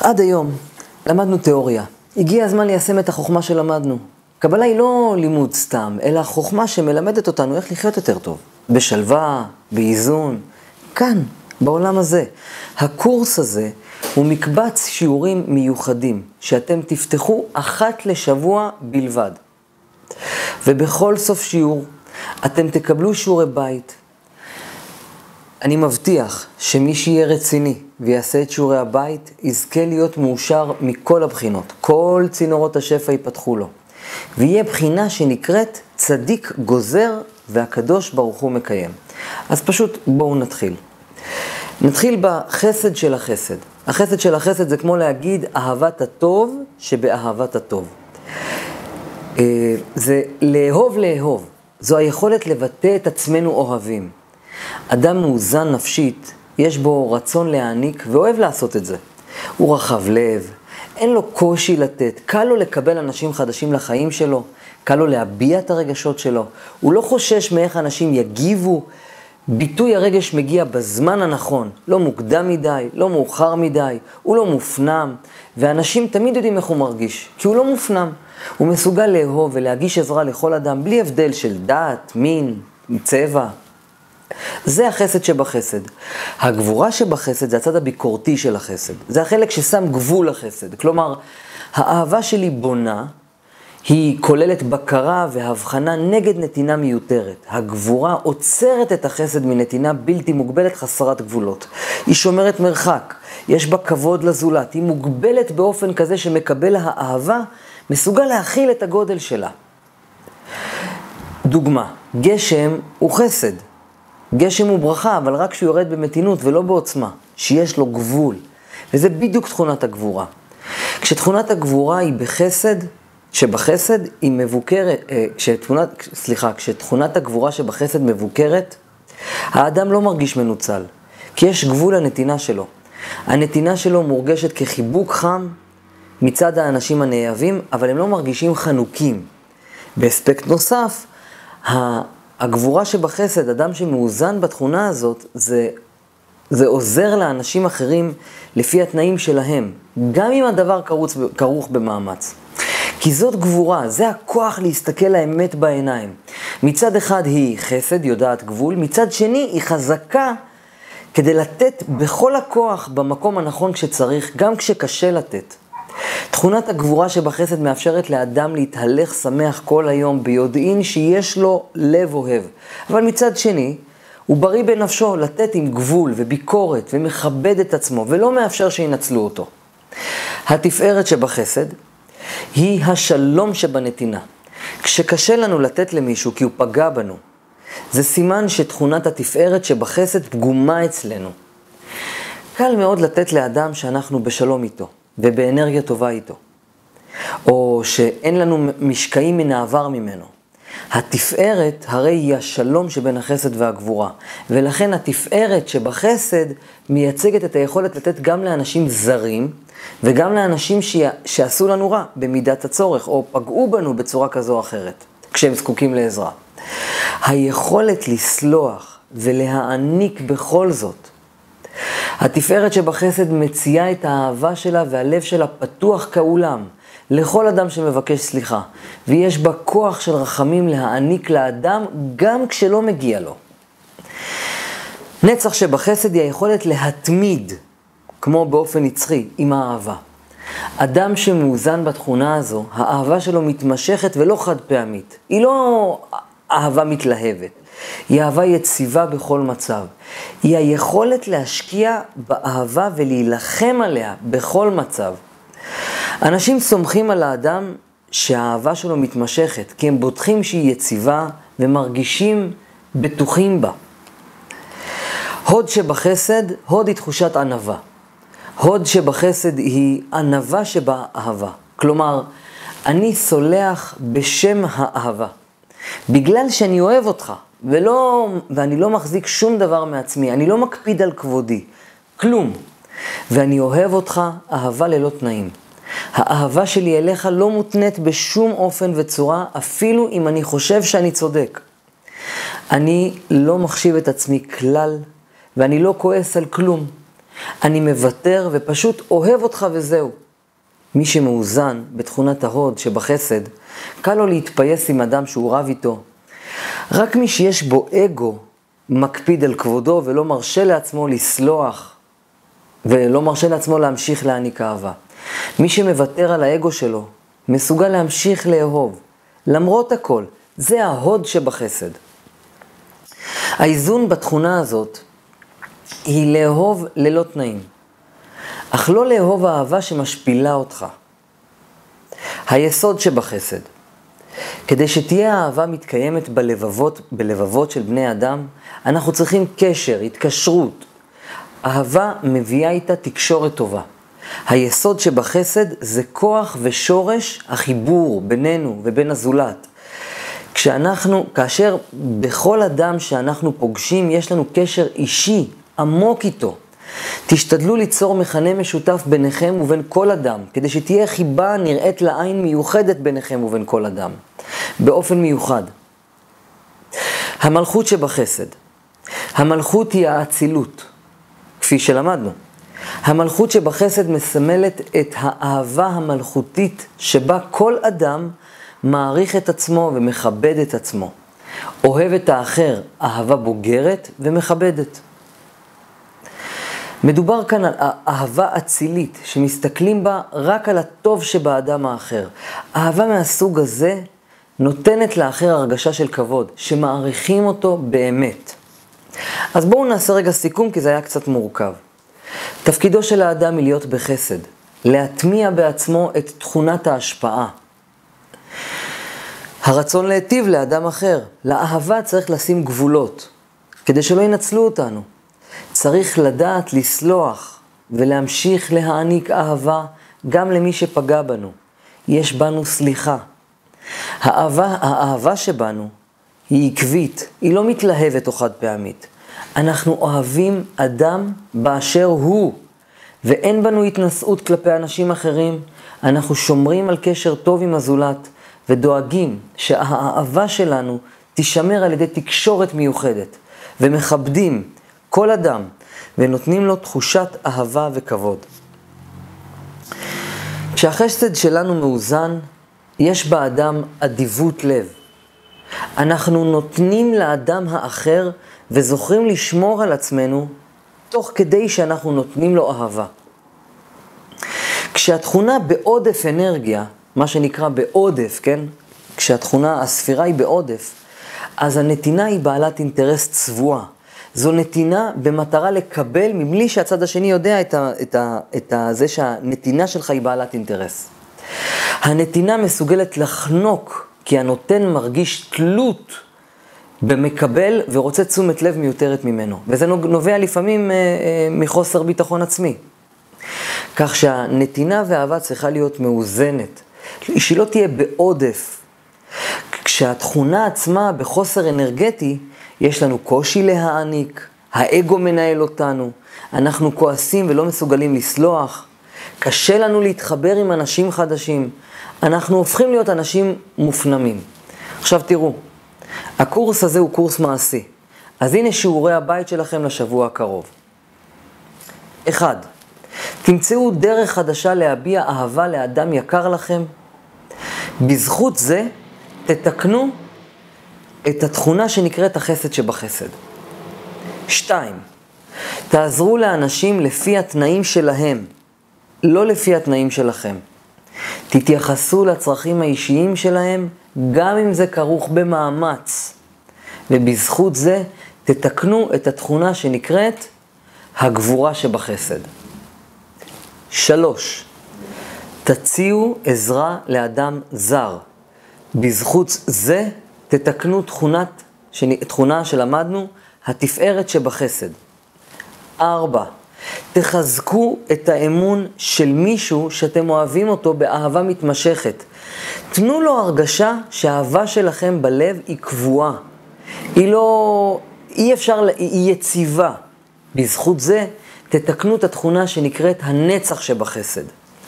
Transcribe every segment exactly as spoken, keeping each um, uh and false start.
עד היום למדנו תיאוריה. הגיע הזמן ליישם את החוכמה שלמדנו. קבלה היא לא לימוד סתם, אלא חוכמה שמלמדת אותנו איך לחיות יותר טוב. בשלווה, באיזון, כאן, בעולם הזה. הקורס הזה הוא מקבץ שיעורים מיוחדים, שאתם תפתחו אחת לשבוע בלבד. ובכל סוף שיעור אתם תקבלו שיעורי בית. אני מבטיח שמי שיהיה רציני ויעשה את שיעורי הבית, יזכה להיות מאושר מכל הבחינות. כל צינורות השפע ייפתחו לו. ויהיה בחינה שנקראת צדיק גוזר והקדוש ברוך הוא מקיים. אז פשוט בואו נתחיל. נתחיל בחסד של החסד. החסד של החסד זה כמו להגיד אהבת הטוב שבאהבת הטוב. זה לאהוב לאהוב. זו היכולת לבטא את עצמנו אוהבים. אדם מאוזן נפשית, יש בו רצון להעניק ואוהב לעשות את זה. הוא רחב לב, אין לו קושי לתת, קל לו לקבל אנשים חדשים לחיים שלו, קל לו להביע את הרגשות שלו. הוא לא חושש מאיך אנשים יגיבו. ביטוי הרגש מגיע בזמן הנכון, לא מוקדם מדי, לא מאוחר מדי, הוא לא מופנם, ואנשים תמיד יודעים איך הוא מרגיש, כי הוא לא מופנם. הוא מסוגל לאהוב ולהגיש עזרה לכל אדם, בלי הבדל של דת, מין, צבע. זה החסד שבחסד. הגבורה שבחסד זה הצד הביקורתי של החסד. זה החלק ששם גבול לחסד. כלומר, האהבה שלי בונה, היא כוללת בקרה והבחנה נגד נתינה מיותרת. הגבורה עוצרת את החסד מנתינה בלתי מוגבלת חסרת גבולות. היא שומרת מרחק, יש בה כבוד לזולת, היא מוגבלת באופן כזה שמקבל האהבה, מסוגל להכיל את הגודל שלה. דוגמה, גשם הוא חסד. גשם הוא ברכה, אבל רק שהוא יורד במתינות ולא בעוצמה, שיש לו גבול. וזה בדיוק תכונת הגבורה. כשתכונת הגבורה היא בחסד, שבחסד היא מבוקרת, כשתכונת, סליחה, כשתכונת הגבורה שבחסד מבוקרת, האדם לא מרגיש מנוצל, כי יש גבול לנתינה שלו. הנתינה שלו מורגשת כחיבוק חם מצד האנשים הנאהבים, אבל הם לא מרגישים חנוקים. באספקט נוסף, הגבורה שבחסד, אדם שמאוזן בתכונה הזאת, זה, זה עוזר לאנשים אחרים לפי התנאים שלהם, גם אם הדבר כרוך, כרוך במאמץ. כי זאת גבורה, זה הכוח להסתכל לאמת בעיניים. מצד אחד היא חסד, יודעת גבול, מצד שני היא חזקה כדי לתת בכל הכוח במקום הנכון כשצריך, גם כשקשה לתת. תכונת הגבורה שבחסד מאפשרת לאדם להתהלך שמח כל היום ביודעין שיש לו לב אוהב. אבל מצד שני, הוא בריא בנפשו לתת עם גבול וביקורת ומכבד את עצמו ולא מאפשר שינצלו אותו. התפארת שבחסד היא השלום שבנתינה. כשקשה לנו לתת למישהו כי הוא פגע בנו, זה סימן שתכונת התפארת שבחסד פגומה אצלנו. קל מאוד לתת לאדם שאנחנו בשלום איתו ובאנרגיה טובה איתו, או שאין לנו משקעים מן העבר ממנו. התפארת הרי היא השלום שבין החסד והגבורה, ולכן התפארת שבחסד מייצגת את היכולת לתת גם לאנשים זרים, וגם לאנשים שעשו לנו רע במידת הצורך, או פגעו בנו בצורה כזו או אחרת, כשהם זקוקים לעזרה. היכולת לסלוח ולהעניק בכל זאת. התפארת שבחסד מציעה את האהבה שלה והלב שלה פתוח כאולם, לכל אדם שמבקש סליחה, ויש בה כוח של רחמים להעניק לאדם גם כשלא מגיע לו. נצח שבחסד היא היכולת להתמיד, כמו באופן נצחי, עם האהבה. אדם שמאוזן בתכונה הזו, האהבה שלו מתמשכת ולא חד פעמית. היא לא אהבה מתלהבת, היא אהבה יציבה בכל מצב. היא היכולת להשקיע באהבה ולהילחם עליה בכל מצב. אנשים סומכים על האדם שהאהבה שלו מתמשכת, כי הם בוטחים שהיא יציבה ומרגישים בטוחים בה. הוד שבחסד, הוד היא תחושת ענווה. הוד שבחסד היא ענווה שבאהבה. כלומר, אני סולח בשם האהבה. בגלל שאני אוהב אותך, ולא, ואני לא מחזיק שום דבר מעצמי, אני לא מקפיד על כבודי, כלום. ואני אוהב אותך אהבה ללא תנאים. האהבה שלי אליך לא מותנית בשום אופן וצורה, אפילו אם אני חושב שאני צודק. אני לא מחשיב את עצמי כלל, ואני לא כועס על כלום. אני מוותר ופשוט אוהב אותך וזהו. מי שמאוזן בתכונת ההוד שבחסד, קל לו להתפייס עם אדם שהוא רב איתו. רק מי שיש בו אגו מקפיד על כבודו ולא מרשה לעצמו לסלוח, ולא מרשה לעצמו להמשיך להעניק אהבה. מי שמוותר על האגו שלו, מסוגל להמשיך לאהוב, למרות הכל. זה ההוד שבחסד. האיזון בתכונה הזאת היא לאהוב ללא תנאים, אך לא לאהוב האהבה שמשפילה אותך. היסוד שבחסד. כדי שתהיה האהבה מתקיימת בלבבות, בלבבות של בני אדם, אנחנו צריכים קשר, התקשרות. אהבה מביאה איתה תקשורת טובה. היסוד שבחסד זה כוח ושורש החיבור בינינו ובין הזולת. כשאנחנו, כאשר בכל אדם שאנחנו פוגשים, יש לנו קשר אישי עמוק איתו. תשתדלו ליצור מכנה משותף ביניכם ובין כל אדם, כדי שתהיה חיבה נראית לעין מיוחדת ביניכם ובין כל אדם, באופן מיוחד. המלכות שבחסד. המלכות היא האצילות, כפי שלמדנו. המלכות שבחסד מסמלת את האהבה המלכותית שבה כל אדם מעריך את עצמו ומכבד את עצמו. אוהב את האחר, אהבה בוגרת ומכבדת. מדובר כאן על אהבה אצילית, שמסתכלים בה רק על הטוב שבאדם האחר. אהבה מהסוג הזה נותנת לאחר הרגשה של כבוד, שמעריכים אותו באמת. אז בואו נעשה רגע סיכום, כי זה היה קצת מורכב. תפקידו של האדם היא להיות בחסד, להטמיע בעצמו את תכונת ההשפעה. הרצון להיטיב לאדם אחר, לאהבה צריך לשים גבולות, כדי שלא ינצלו אותנו. צריך לדעת לסלוח ולהמשיך להעניק אהבה גם למי שפגע בנו. יש בנו סליחה. האהבה, האהבה שבנו היא עקבית, היא לא מתלהבת או חד פעמית. אנחנו אוהבים אדם באשר הוא, ואין בנו התנשאות כלפי אנשים אחרים. אנחנו שומרים על קשר טוב עם הזולת, ודואגים שהאהבה שלנו תישמר על ידי תקשורת מיוחדת, ומכבדים כל אדם, ונותנים לו תחושת אהבה וכבוד. כשהחסד שלנו מאוזן, יש באדם אדיבות לב. אנחנו נותנים לאדם האחר וזוכרים לשמור על עצמנו, תוך כדי שאנחנו נותנים לו אהבה. כשהתכונה בעודף אנרגיה, מה שנקרא בעודף, כן? כשהתכונה, הספירה היא בעודף, אז הנתינה היא בעלת אינטרס צבועה. זו נתינה במטרה לקבל, מבלי שהצד השני יודע את ה, את ה, את ה, זה שהנתינה שלך היא בעלת אינטרס. הנתינה מסוגלת לחנוק, כי הנותן מרגיש תלות במקבל ורוצה תשומת לב מיותרת ממנו. וזה נובע לפעמים אה, אה, מחוסר ביטחון עצמי. כך שהנתינה והאהבה צריכה להיות מאוזנת, שהיא לא תהיה בעודף. כשהתכונה עצמה בחוסר אנרגטי, יש לנו קושי להעניק, האגו מנהל אותנו, אנחנו כועסים ולא מסוגלים לסלוח, קשה לנו להתחבר עם אנשים חדשים, אנחנו הופכים להיות אנשים מופנמים. עכשיו תראו, הקורס הזה הוא קורס מעשי, אז הנה שיעורי הבית שלכם לשבוע הקרוב. אחד, תמצאו דרך חדשה להביע אהבה לאדם יקר לכם, בזכות זה תתקנו את התכונה שנקראת החסד שבחסד. שתיים, תעזרו לאנשים לפי התנאים שלהם, לא לפי התנאים שלכם. תתייחסו לצרכים האישיים שלהם, גם אם זה כרוך במאמץ. ובזכות זה תתקנו את התכונה שנקראת הגבורה שבחסד. שלוש, תציעו עזרה לאדם זר. בזכות זה תתקנו תכונת, תכונה שלמדנו, התפארת שבחסד. ארבע, תחזקו את האמון של מישהו שאתם אוהבים אותו באהבה מתמשכת. תנו לו הרגשה שהאהבה שלכם בלב היא קבועה. היא לא, אי אפשר, היא יציבה. בזכות זה תתקנו את התכונה שנקראת הנצח שבחסד.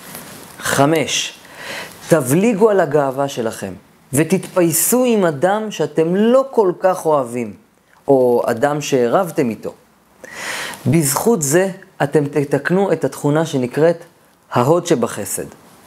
חמש, תבליגו על הגאווה שלכם. ותתפייסו עם אדם שאתם לא כל כך אוהבים, או אדם שרבתם איתו. בזכות זה אתם תתקנו את התכונה שנקראת ההוד שבחסד.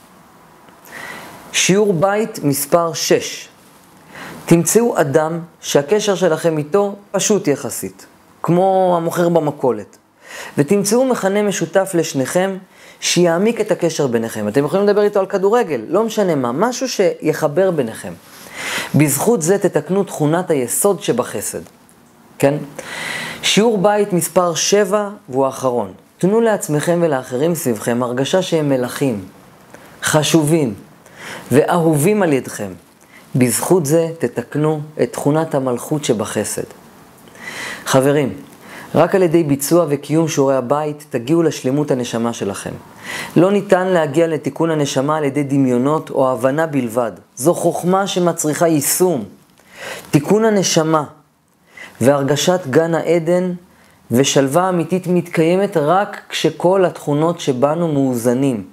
שיעור בית מספר שש. תמצאו אדם שהקשר שלכם איתו פשוט יחסית, כמו המוכר במכולת. ותמצאו מכנה משותף לשניכם שיעמיק את הקשר ביניכם. אתם יכולים לדבר איתו על כדורגל, לא משנה מה, משהו שיחבר ביניכם. בזכות זה תתקנו תכונת היסוד שבחסד. כן? שיעור בית מספר שבע והוא האחרון. תנו לעצמכם ולאחרים סביבכם הרגשה שהם מלכים, חשובים ואהובים על ידכם. בזכות זה תתקנו את תכונת המלכות שבחסד. חברים, רק על ידי ביצוע וקיום שיעורי הבית תגיעו לשלמות הנשמה שלכם. לא ניתן להגיע לתיקון הנשמה על ידי דמיונות או הבנה בלבד. זו חוכמה שמצריכה יישום. תיקון הנשמה והרגשת גן העדן ושלווה אמיתית מתקיימת רק כשכל התכונות שבנו מאוזנים.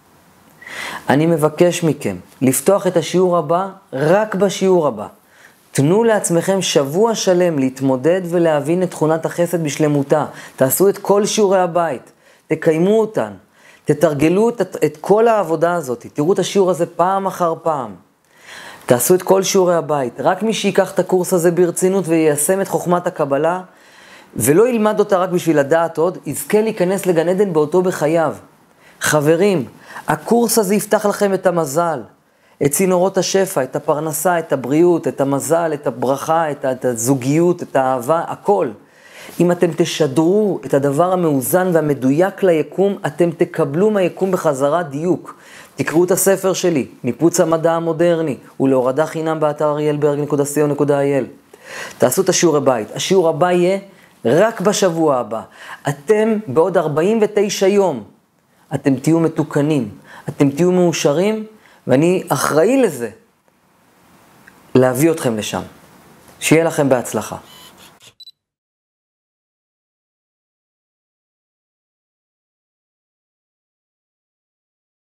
אני מבקש מכם לפתוח את השיעור הבא רק בשיעור הבא. תנו לעצמכם שבוע שלם להתמודד ולהבין את תכונת החסד בשלמותה. תעשו את כל שיעורי הבית, תקיימו אותן, תתרגלו את, את כל העבודה הזאת. תראו את השיעור הזה פעם אחר פעם. תעשו את כל שיעורי הבית. רק מי שיקח את הקורס הזה ברצינות ויישם את חוכמת הקבלה, ולא ילמד אותה רק בשביל לדעת עוד, יזכה להיכנס לגן עדן באותו בחייו. חברים, הקורס הזה יפתח לכם את המזל, את צינורות השפע, את הפרנסה, את הבריאות, את המזל, את הברכה, את, את הזוגיות, את האהבה, הכל. אם אתם תשדרו את הדבר המאוזן והמדויק ליקום, אתם תקבלו מהיקום בחזרה דיוק. תקראו את הספר שלי, ניפוץ המדע המודרני, ולהורדה חינם באתר אריאל ברג נקודה סי או נקודה איי אל. תעשו את השיעור הבית. השיעור הבא יהיה רק בשבוע הבא. אתם בעוד ארבעים ותשעה יום, אתם תהיו מתוקנים, אתם תהיו מאושרים, ואני אחראי לזה, להביא אתכם לשם. שיהיה לכם בהצלחה.